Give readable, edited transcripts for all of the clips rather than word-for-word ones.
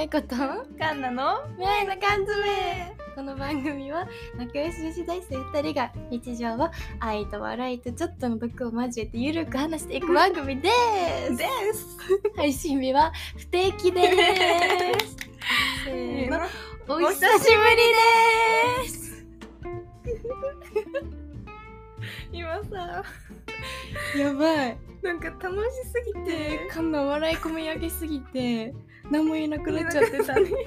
いことカンナの未来の缶詰。この番組は仲良し女子大生2人が日常を愛と笑いとちょっとの毒を交えてゆるく話していく番組です配信日は不定期ですせーの、お久しぶりです今さ、 やばい、 なんか楽しすぎてカンナ笑い込み上げすぎて何も言えなくなっちゃってたね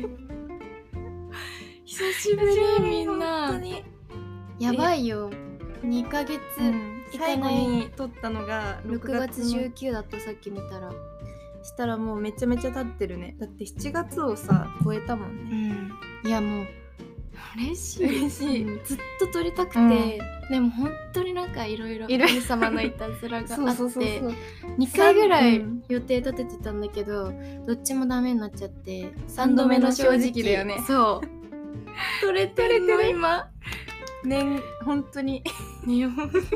久しぶりみんな。 本当にやばいよ、2ヶ月、 最後に撮ったのが 6月19だったさっき見たら。 したらもうめちゃめちゃ経ってるね。だって7月をさ超えたもんね。 いやもう嬉しい、ずっと撮りたくて、でも本当になんかいろいろ神様のいたずらがあって2回ぐらい予定立ててたんだけど、どっちもダメになっちゃって3度目の正直だよね。 そう撮れてるの今ね、本当に今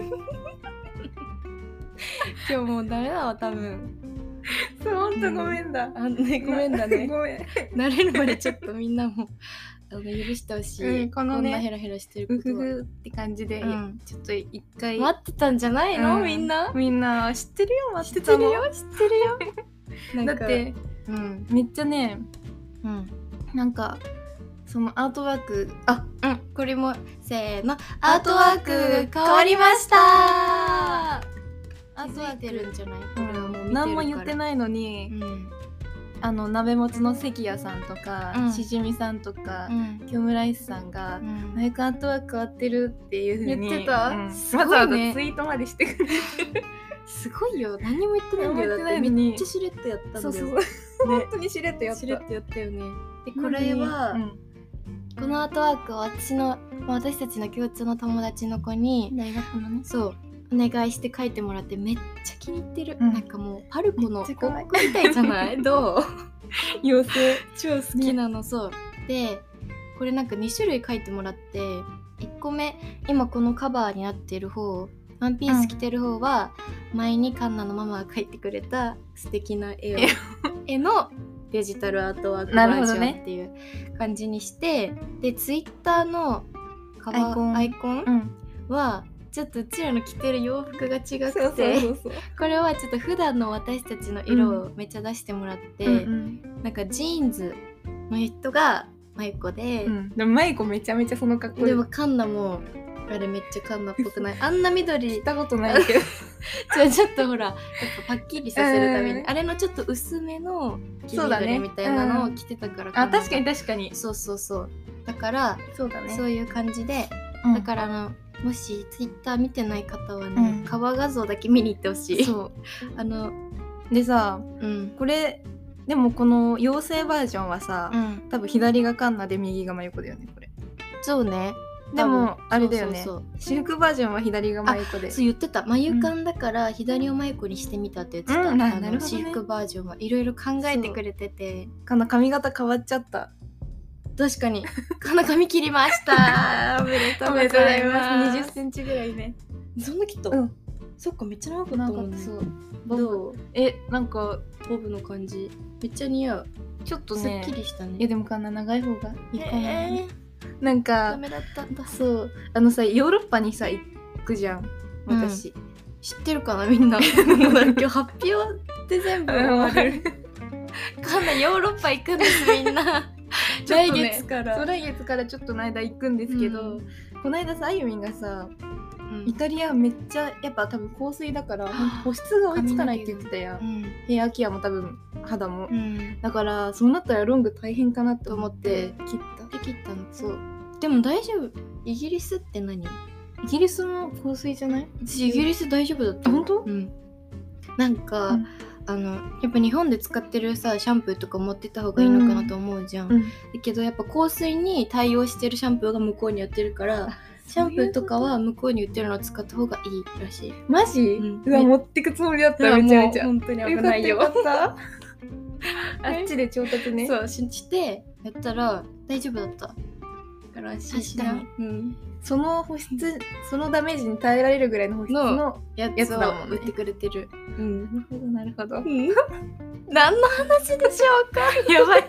日もうダメだわ多分。 そう本当ごめんだ、 ごめんだねごめん慣れるまでちょっとみんなも許してほしい、 このね、 こんなヘラヘラしてることはうふふって感じで、ちょっと一回待ってたんじゃないの、みんな知ってるよ、待ってたの。 知ってるよだってめっちゃね、なんかそのアートワーク、 これもせーの、アートワーク変わりましたアートワーク気づいてるんじゃない？これはもう見てるから何も言ってないのに、鍋もつの関谷さんとか、しじみさんとか、キョムライスさんがマイクアートワーク変わってるっていう風に言ってた、 すごいね、ツイートまでしてくれてすごいよ、何も言ってないんだよ。だってめっちゃしれっとやったんだよ。そう本当にしれっとやった。 しれっとやったよね。でこれは、このアートワークは私たちの共通の友達の子に大学のね、 そうお願いして書いてもらってめっちゃ気に入ってる、なんかもうパルコのコックみたいじゃないどう妖精超好きなの、そうでこれなんか2種類書いてもらって、1個目今このカバーになってる方、ワンピース着てる方は、前にカンナのママが描いてくれた素敵な絵のデジタルアートワークバージョンっていう感じにして、でツイッターのカバーアイコンはちょっとうちらの着てる洋服が違くて、これはちょっと普段の私たちの色をめっちゃ出してもらって、なんかジーンズの人がマイコで、 でもマイコめちゃめちゃその格好でもカンナもあれめっちゃカンナっぽくない？あんな緑着たことないけどちょっとほらやっぱパッキリさせるために、あれのちょっと薄めの黄緑みたいなのを着てたから、 確かにそうだからそうだね、 そういう感じで、だからもしツイッター見てない方はね、カバー画像だけ見に行ってほしい。 そうでさ、これでもこの妖精バージョンはさ、多分左がカンナで右がマユコだよね、これ。 そうね。 でもあれだよね、私服バージョンは左がマユコで。 そう言ってた、マユカンだから左をマユコにしてみたって言ってた。私服バージョンはいろいろ考えてくれてて、 カンナ髪型変わっちゃった。 確かにカンナ髪切りましたおめでとうございます 20センチぐらいね。 そんな切った？そっか、めっちゃ長かったもんね。 どう？なんかボブの感じめっちゃ似合う。 ちょっとねすっきりしたね。 いやでもカンナ長い方がいいかな。なんダかメだったんだ。 そうさ、ヨーロッパにさ行くじゃん私、 知ってるかなみんな今日発表って全部終わるカンナヨーロッパ行くんですみんな来月からちょっとの間行くんですけど、この間さあゆみんがさ、イタリアめっちゃやっぱ多分香水だから保湿が追いつかないって言ってたやん、ヘアケアも多分肌も、だからそうなったらロング大変かなと思って切ったの。そうでも大丈夫。イギリスって何？ イギリスの香水じゃない？ 私イギリス大丈夫だった。 本当？ なんか、やっぱ日本で使ってるさシャンプーとか持ってた方がいいのかなと思うじゃん、だけどやっぱ香水に対応してるシャンプーが向こうにやってるから、シャンプーとかは向こうに売ってるのを使った方がいいらしい。 マジ？うわ、持ってくつもりだった。めちゃめちゃ本当に危ないよ。 よかったあっちで調達ね。 そうしてやったら大丈夫だった。から安心しな。 確かに、その保湿、そのダメージに耐えられるぐらいの保湿のやつだもんね。売ってくれてる。 なるほど。 何の話でしょうか。やばい。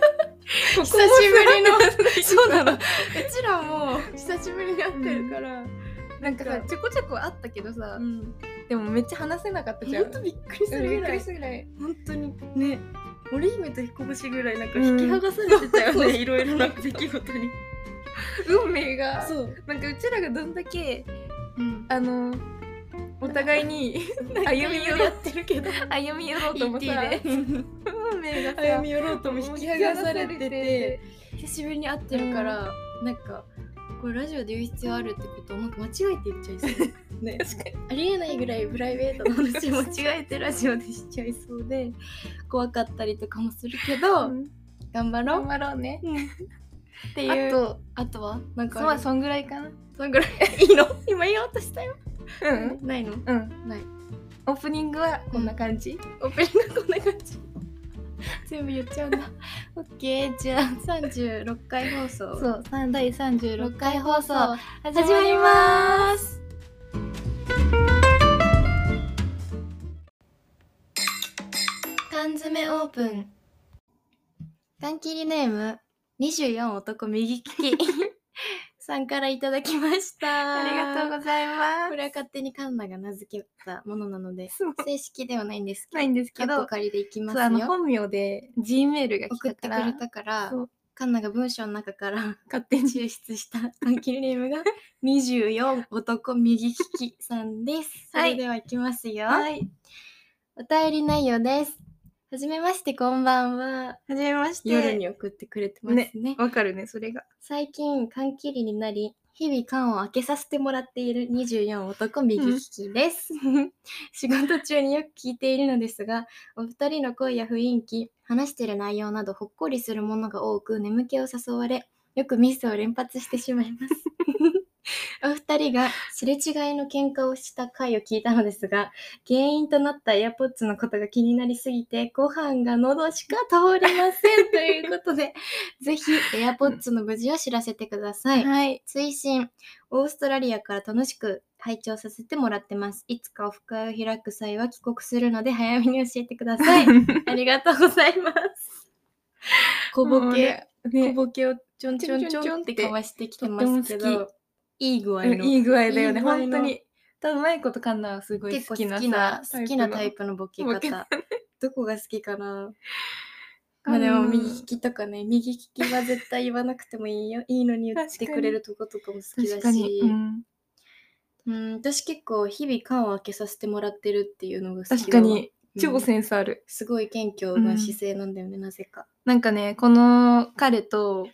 久しぶりのそうなの。うちらも久しぶりに会ってるから、 なんかさちょこちょこあったけどさ、でもめっちゃ話せなかったじゃん。 ほんとびっくりするぐらい、本当にね、織姫と彦星ぐらいなんか引き剥がされてたよね、いろいろな出来事に。 運命がそうなんかうちらがどんだけ、お互いに歩み寄ろうともさ運命がさ歩み寄ろうとも引き剥がされてて、久しぶりに会ってるから、なんかこれラジオで言う必要あるってことをなんか間違えて言っちゃいそうね、確かにありえないぐらいプライベートの話を間違えてラジオでしちゃいそうで怖かったりとかもするけど、頑張ろうね、っていう。あとはなんかまあそんぐらいかな。 そんぐらいいいの今言おうとしたよ。ないの？ない。 オープニングはこんな感じ。 オープニングこんな感じ。全部言っちゃうんだ。オッケー、じゃあ36回放送。 そう、第36回放送始まります。缶詰オープン。缶切りネーム24男右利きさんからいただきました。 ありがとうございます。 これは勝手にカンナが名付けたものなので正式ではないんですけど、借りでいきますよ。 本名で G メールが来送ってくれたから、カンナが文章の中から勝手に抽出した缶切りネームが24男右利きさんです。それではいきますよ。はい。お便り内容です。はじめまして、こんばんは。 はじめまして。 夜に送ってくれてますね。 わかるね、それが。 最近、缶切りになり、日々缶を開けさせてもらっている24男右利きです。仕事中によく聞いているのですが、お二人の声や雰囲気、話している内容などほっこりするものが多く、眠気を誘われ、よくミスを連発してしまいます。お二人がすれ違いの喧嘩をした回を聞いたのですが、原因となった AirPods のことが気になりすぎて、ご飯が喉しか通りませんということで、ぜひ AirPods の無事を知らせてください。はい。追伸、オーストラリアから楽しく拝聴させてもらってます。いつかオフ会を開く際は帰国するので早めに教えてください。ありがとうございます。小ボケをちょんちょんちょんってかわしてきてますけど、いい具合だよね。本当に多分うまいことカンナはすごい好きなタイプのボケ方。どこが好きかな。まあでも右利きとかね、右利きは絶対言わなくてもいいのに言ってくれるとことかも好きだし、私結構日々缶を開けさせてもらってるっていうのが好きだ。 確かに超センスある。 すごい謙虚な姿勢なんだよね、なぜか。 なんかね、この彼と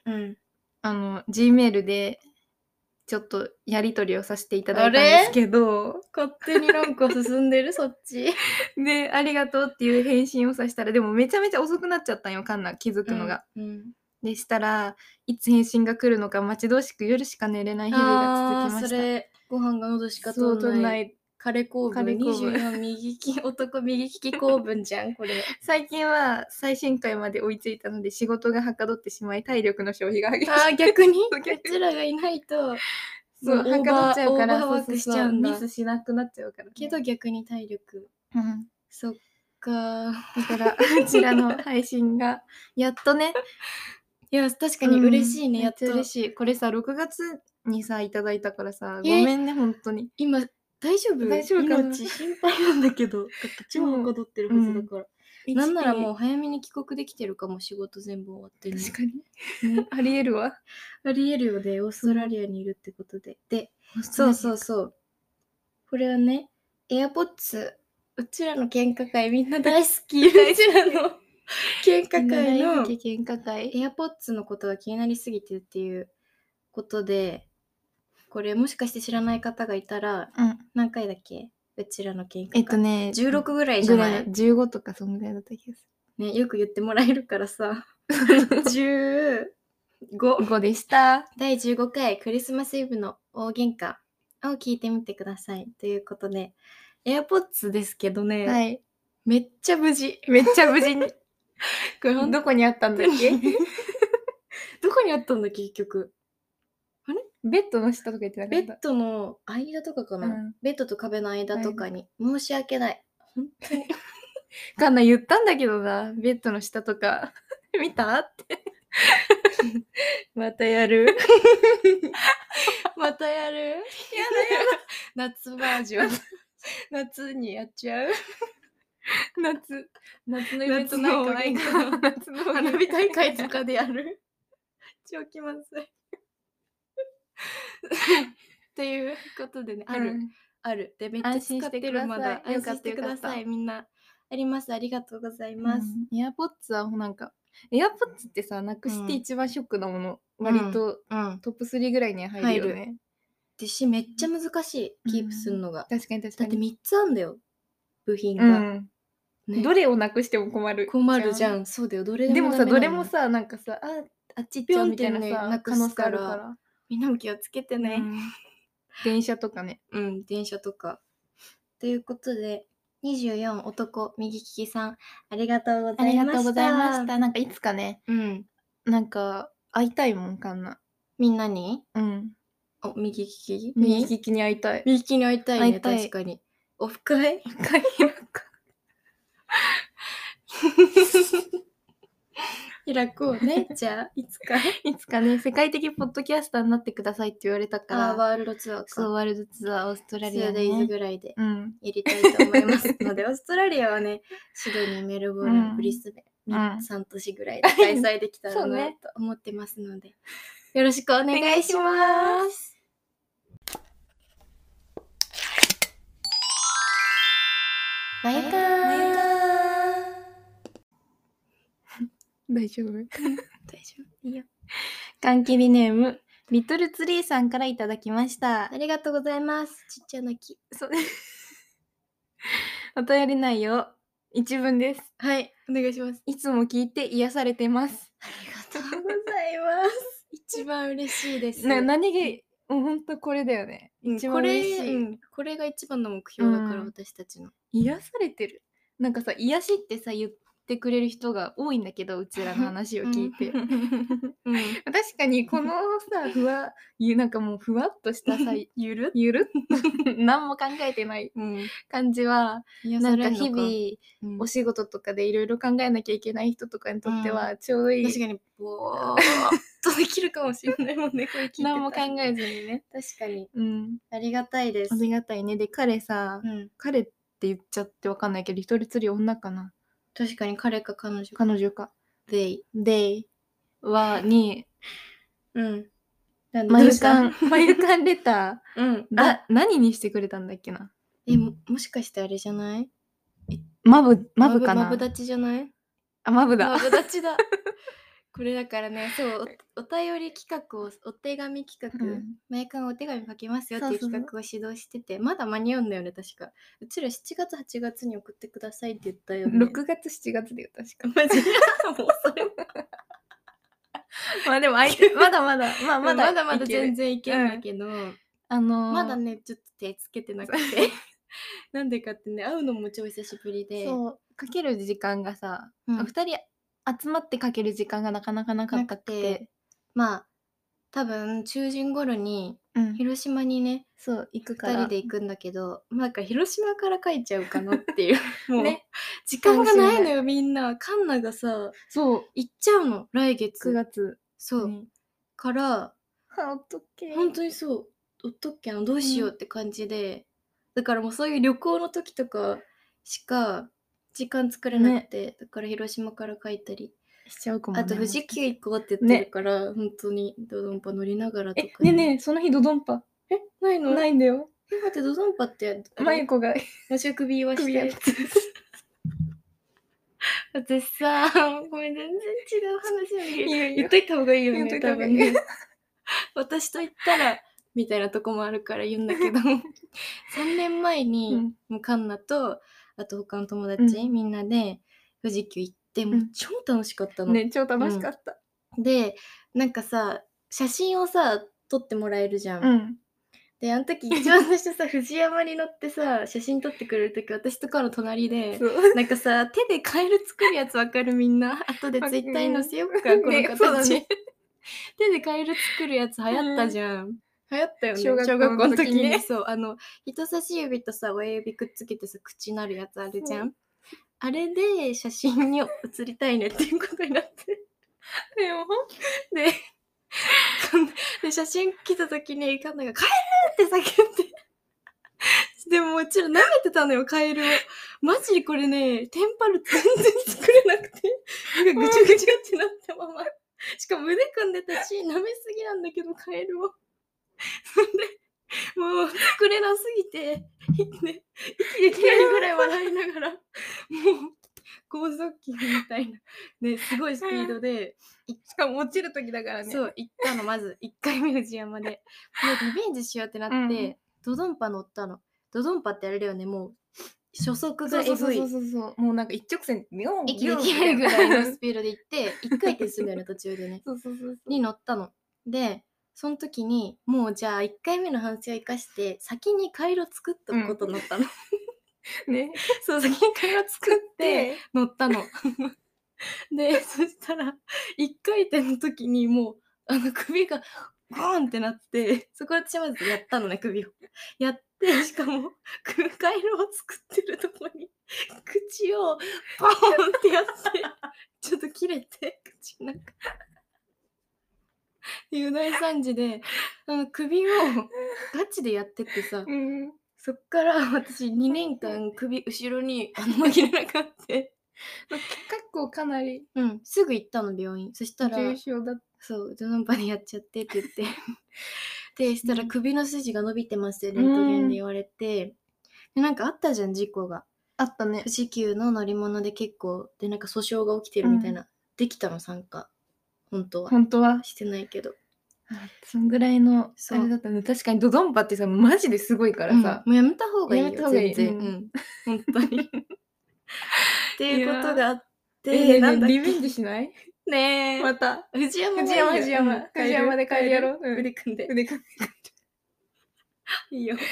G メールでちょっとやり取りをさせていただいたんですけど、 勝手になんか進んでるそっちで、ありがとうっていう返信をさせたら、でもめちゃめちゃ遅くなっちゃったんよ、カンナ気づくのが。でしたらいつ返信が来るのか待ち遠しく夜しか寝れない日々が続きました。 それご飯が喉しか通らない彼公文24右利き男右利き公文じゃんこれ。 最近は最新回まで追いついたので仕事がはかどってしまい体力の消費が激しい。 逆にこちらがいないとそうはかどっちゃうからそうミスしなくなっちゃうから、 けど逆に体力、そっか。 だからうちらの配信がやっとねいや確かに嬉しいね、 やっと嬉しい。これさ6月にさいただいたからさ、ごめんね本当に。 今大丈夫かな。命心配なんだけど、だって超はかどってるはずだから、なんならもう早めに帰国できてるかも、仕事全部終わってる。 確かに、ありえるわ。 ありえるよね、オーストラリアにいるってことで。で、そうこれはね、AirPods、うちらの喧嘩会みんな大好き。うちらの喧嘩会のAirPods のことが気になりすぎてっていうことで、これもしかして知らない方がいたら、何回だっけ、うちらの喧嘩会。16ぐらいじゃない？ 15とかそんぐらいだった気がする。ね、よく言ってもらえるからさ。15 でした。 第15回クリスマスイブの大喧嘩を聞いてみてください。ということで、AirPods ですけどね、 はい、 めっちゃ無事に。 これどこにあったんだっけどこにあったんだっけ結局。あれベッドの下とか言ってなかった？ ベッドの間とかかな、ベッドと壁の間とかに、申し訳ない。本当に。 カンナ言ったんだけどな、ベッドの下とか見たって。 またやるまたやるやだ夏バージョン夏にやっちゃう夏のイベントないかないかな夏の花火大会とかでやる超気まずいっていうことでね、あるでめっちゃ使ってるまだ安心してくださいみんなありますありがとうございます、 エアポッツはなんかエアポッツってさなくして一番ショックなもの、割とトップ3ぐらいに入るよね。 私めっちゃ難しい、キープするのが。 確かにだって3つあんだよ部品が、 ね、どれをなくしても困るじゃん。そうだよ、どれでもさどれもさなんかさあっち行っちゃうみたいなさ、 なくすからみんなも気をつけてね、 電車とかね。 電車とか。ということで24男右利きさんありがとうございました。 なんかいつかね、なんか会いたいもんかんな。 みんなに？右利きに会いたい。右利きに会いたいね、確かに。オフ会開こうね。じゃあいつかね世界的ポッドキャスターになってくださいって言われたからワールドツアーか。 そうワールドツアーオーストラリアね 2days ぐらいでやりたいと思いますので、オーストラリアはねシドニー、メルボルン、ブリスベン3都市ぐらいで開催できたらなと思ってますのでよろしくお願いします。まゆか大丈夫いいよ。 缶切りネームリトルツリーさんからいただきました。 ありがとうございます。ちっちゃな木。 お便り内容一文です。 はい、お願いします。 いつも聞いて癒されてます。 ありがとうございます一番嬉しいです。 何気ほんとこれだよね。一番嬉しい。 これが一番の目標だから、私たちの。 癒されてる。なんかさ癒しってさ言ってくれる人が多いんだけど、うちらの話を聞いて、確かにこのさなんかもうふわっとしたさゆる何も考えてない感じは、なんか日々お仕事とかでいろいろ考えなきゃいけない人とかにとってはちょうどいい。 確かにぼーっとできるかもしれないもんねこれ聞いてたら。 何も考えずにね。 確かに、ありがたいです。 ありがたいね。で彼さ、彼って言っちゃってわかんないけど一人釣り女かな。 確かに彼か彼女か。 they はにまゆかんレター何にしてくれたんだっけな。 もしかしてあれじゃない？ マブかな。 マブダチじゃない？ マブダチだこれだからね、そうお便り企画をお手紙企画、まゆかんお手紙書きますよっていう企画を指導してて、まだ間に合うんだよね確か。うちら7月8月に送ってくださいって言ったよね。 6月7月だよ確か。 マジでもうそれまあでもまだまだ全然いけるんだけど、まだねちょっと手つけてなくてなんでかってね、会うのも超久しぶりで、 そうかける時間がさ、2人集まってかける時間がなかなかなかったくて、 まあ多分中旬頃に広島にね、 そう行くから 2人で行くんだけど、なんか広島から帰っちゃうかなっていうもうね、時間がないのよみんな。カンナがさ、そう行っちゃうの来月 9月そうからおっとっけ本当にそうおっとっけどうしようって感じで、だからもうそういう旅行の時とかしか時間作れなくて、だから広島から帰ったりしちゃうかもね。 あと富士急行こうって言ってるから、本当にドドンパ乗りながらとかねその日ドドンパないの？ ないんだよ。 待ってドドンパってまゆこが首はしたやつ私さごめん全然違う話なんだけど言っといた方がいいよね多分ね私と言ったらみたいなとこもあるから言うんだけど3年前に、もうカンナとあと他の友達、みんなで富士急行ってもう超楽しかったの。 ね超楽しかった、 でなんかさ写真をさ撮ってもらえるじゃん、であの時一番最初さ藤山に乗ってさ写真撮ってくれる時私とかの隣でなんかさ手でカエル作るやつわかるみんな後でツイッターに載せようか、この形、手でカエル作るやつ流行ったじゃん、流行ったよね小学校の時にそう人差し指とさ親指くっつけてさ口なるやつあるじゃん、あれで写真に写りたいねっていうことになってでもでで写真来た時にカンナが帰るって叫んででもうちら舐めてたのよ、カエルを。マジでこれね、テンパる全然作れなくて、なんかぐちゃぐちゃってなったまま。しかも腕組んでたし、舐めすぎなんだけど、カエルを。そんで、もう作れなすぎて、ね、息できないぐらい笑いながら、もう、高速機みたいな、ね、すごいスピードで、 しかも落ちる時だからね。 そう、行ったの、まず、1回目藤山で。で、リベンジしようってなって、ドドンパ乗ったの。ドドンパってあれだよね、もう初速がえぐい。 そうもうなんか一直線息できないぐらいのスピードで行って1回転するんだよね途中でね。 そうに乗ったの。でその時にもうじゃあ1回目の反省を生かして先に回路作っとくことになったの。 ね。 そう先に回路作って乗ったの。でそしたら1回転の時にもう首がゴーンってなってそこで私まずやったのね首を。やってしかも回路を作ってるとこに口をポーンってやってちょっと切れて口なんかいう大惨事で首をガチでやってってさ、そっから私2年間首後ろに紛れなかって結構かなりすぐ行ったの病院。そしたら重症だった。 そうドドンパでやっちゃってって言ってでしたら首の筋が伸びてますよレントゲンで言われて、でなんかあったじゃん事故があったね。 富士急の乗り物で結構でなんか訴訟が起きてるみたいな、できたの参加本当はしてないけどそんぐらいのあれだったね。確かにドドンパってさマジですごいからさ、 もうやめた方がいいよ全然、本当にっていうことがあってなんだっけリベンジしないねえまた藤山で帰るやろ腕組んでいいよ。やった。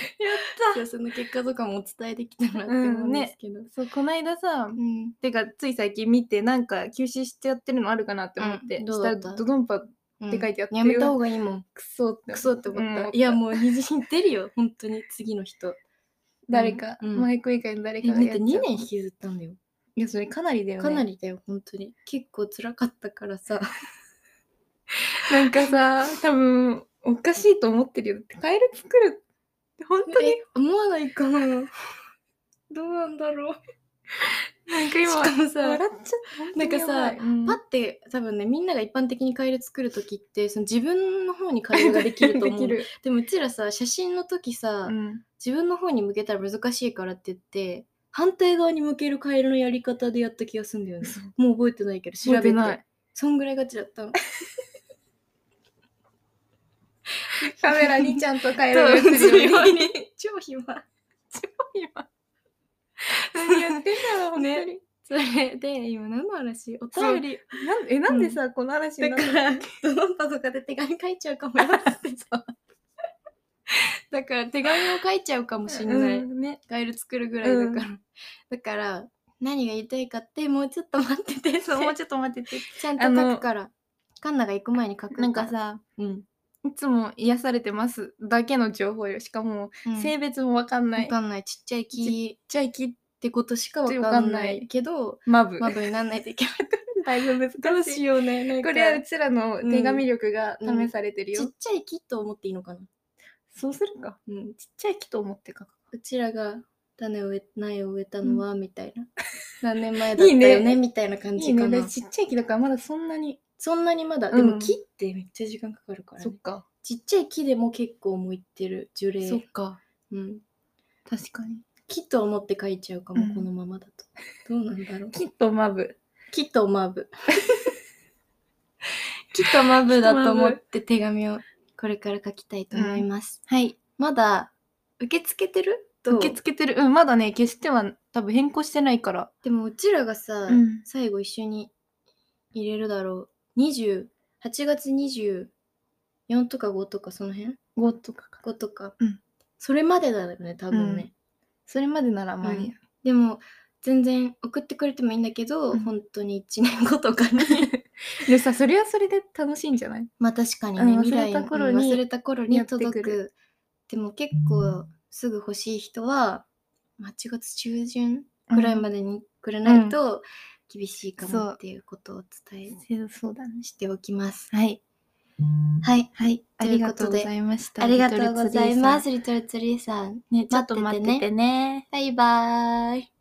その結果とかもお伝えできたらって思うんですけど。 そうこの間さ、てかつい最近見てなんか休止してやってるのあるかなって思って、 どうだった？ ドドンパって書いてあって、 やめた方がいいもん。 クソって思った。 いやもう虹出るよ本当に次の人。 誰かマイク以外の誰かがやっちゃう。2年引きずったんだよ。 いやそれかなりだよね。 かなりだよ本当に。結構辛かったからさ。 なんかさ多分おかしいと思ってるよ。カエル作るって本当に思わないかな。どうなんだろう。 なんか今しかもさ笑っちゃう。 なんかさ、パッて多分ねみんなが一般的にカエル作る時ってその自分の方にカエルができると思う。でもうちらさ写真の時さ、自分の方に向けたら難しいからって言って反対側に向けるカエルのやり方でやった気がするんだよね。もう覚えてないけど調べてないそんぐらいガチだったの。 カメラにちゃんとカエルが映るように超暇何やってんだろう本当に、 ね、それで今何の話お便りなんでさ、この話だからドドンパとかで手紙書いちゃうかもよってさだから手紙を書いちゃうかもしんない、ね、カエル作るぐらいだから、だから何が言いたいかってもうちょっと待っててそうもうちょっと待っててちゃんと書くからカンナが行く前に書くからなんかさ、いつも癒されてますだけの情報よ。しかも、性別も分かんないちっちゃい木ってことしか分かんないけどマブになんないといけないだいぶ難しい。 どうしようね。 これはうちらの手紙力が試されてるよ。 ちっちゃい木と思っていいのかな。 そうするか。ちっちゃい木と思ってか。 うちらが苗を植えたのはみたいな。何年前だったよねみたいな感じかな。 ちっちゃい木だからまだそんなにまだ、でも木ってめっちゃ時間かかるからね。 そっか。 ちっちゃい木でも結構もういってる樹齢。 そっか。 確かに。木と思って書いちゃうかも、このままだと。どうなんだろう。 木とマブ。 木とマブだと思って手紙をこれから書きたいと思います。 はい。 まだ受け付けてる？ 受け付けてる。まだね、決しては多分変更してないから。 でもうちらがさ、最後一緒に入れるだろう。8月24とか5とかその辺 ?5 とかか。 5とか。それまでだよね、多分ね。 それまでなら間に合う。 でも全然送ってくれてもいいんだけど、本当に1年後とかにでさ、それはそれで楽しいんじゃない？ まあ確かにね、未来忘れた頃に届く。でも結構すぐ欲しい人は8月中旬くらいまでにくれないと、 厳しいかもっていうことを伝そうだね。 えしておきます。 はいはいはい、あということでりがとうございました。 ありがとうございます。リトルツリーさん。 ね、ちょっと待っててね。 バイバーイ。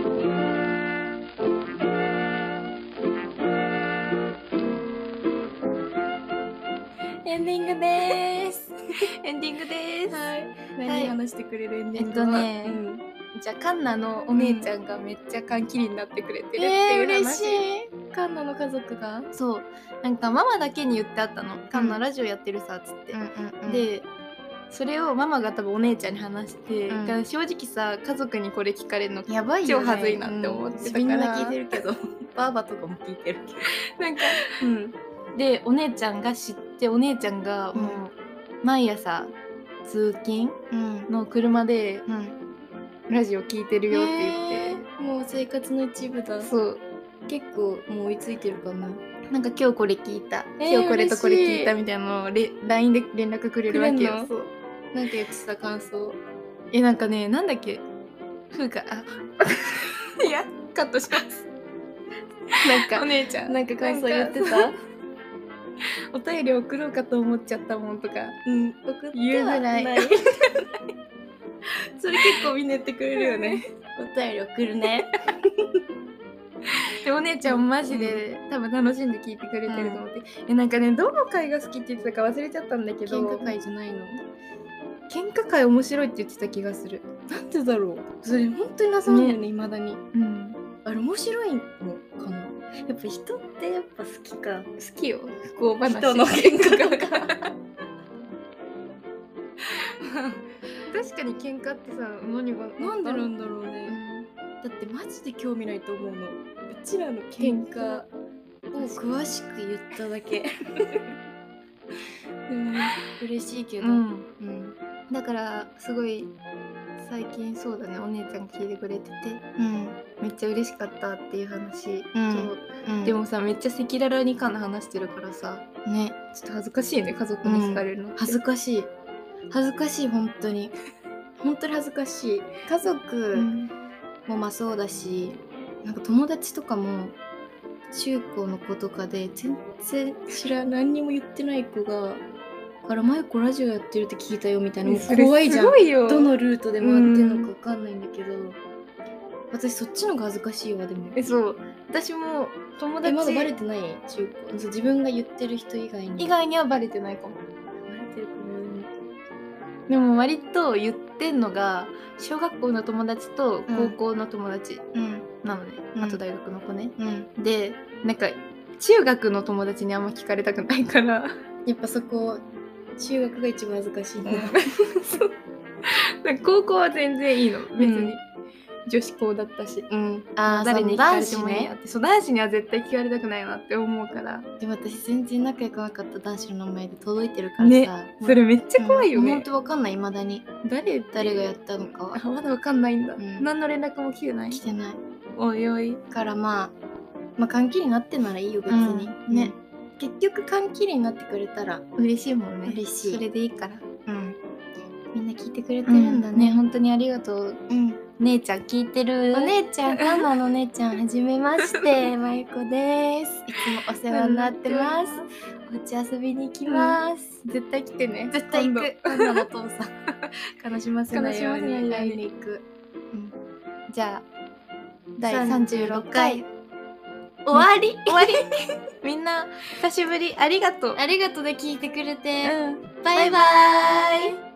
エンディングでーす。 エンディングです。 はい。 何話してくれるエンディングは、じゃあカンナのお姉ちゃんがめっちゃ缶切りになってくれてるっていう話。 嬉しい。カンナの家族がそう、なんかママだけに言ってあったの。カンナラジオやってるさっつって、でそれをママが多分お姉ちゃんに話して、正直さ家族にこれ聞かれるのやばいよね。 超はずいなって思ってたから、 みんな聞いてるけどバーバとかも聞いてるけどなんかでお姉ちゃんが知って、お姉ちゃんがもう毎朝通勤の車でラジオ聞いてるよって言って、 もう生活の一部だ。 そう結構もう追いついてるかな。 なんか今日これ聞いた、今日これとこれ聞いたみたいなのをLINE で連絡くれるわけよ。そうなんか言ってた感想。 なんかね、なんだっけ、風花いやカットします。なんかお姉ちゃんなんか感想言ってた。 お便り送ろうかと思っちゃったもんとか、 送って言うぐらいそれ結構みんな言ってくれるよね。 お便り送るね。 でお姉ちゃんもマジで、多分楽しんで聞いてくれてると思って、なんかね、どの回が好きって言ってたか忘れちゃったんだけど、 喧嘩会じゃないの？ 喧嘩会面白いって言ってた気がする。 なんでだろう。それ本当に謎なんだよね、未だに。あれ面白いのかな。やっぱ人ってやっぱ好きか。 好きよ、不幸話。 人の喧嘩が。 確かに喧嘩ってさ、何がなんでなんだろうね。だってマジで興味ないと思うの。うちらの喧嘩を詳しく言っただけ。でも嬉しいけど、 だからすごい最近そうだね、お姉ちゃん聞いてくれてて、めっちゃ嬉しかったっていう話と、でもさめっちゃ赤裸々にカンナ話してるからさね、ちょっと恥ずかしいね、家族に聞かれるのって。 恥ずかしい本当に本当に恥ずかしい。家族もまあそうだし、なんか友達とかも中高の子とかで全然何にも言ってない子がからマイコラジオやってるって聞いたよみたいな、もう怖いじゃん。どのルートで回ってんのか分かんないんだけど、私そっちのが恥ずかしいわ。でもそう私も友達まだバレてない。中高自分が言ってる人以外にはバレてないかも。でも割と言ってんのが小学校の友達と高校の友達なのね、あと大学の子ね、でなんか中学の友達にあんま聞かれたくないからやっぱそこ中学が一番恥ずかしいんだ。 高校は全然いいの別に、女子校だったし、誰に聞かれてもいいやって、男子には絶対聞かれたくないなって思うから。でも私全然仲良くなかった男子の名前で届いてるからさ、ね、 それめっちゃ怖いよね。 ほんとわかんない、未だに誰がやったのかは。 まだわかんないんだ、何の連絡も来てない。おいおい。 からまあ缶切りになってならいいよ別に、ね。結局缶切りになってくれたら嬉しいもんね。 嬉しい。 それでいいから。 みんな聞いてくれてるんだね。 本当にありがとう。姉ちゃん聞いてる？ お姉ちゃん、カンナの姉ちゃん、はじめまして、まゆこです。いつもお世話になってます。お家遊びに行きます。 絶対来てね。 絶対行く。カンナのお父さん悲しませないように会いに行く。 じゃあ第36回終わりみんな久しぶり、ありがとう。 ありがとうで聞いてくれて、 バイバーイ。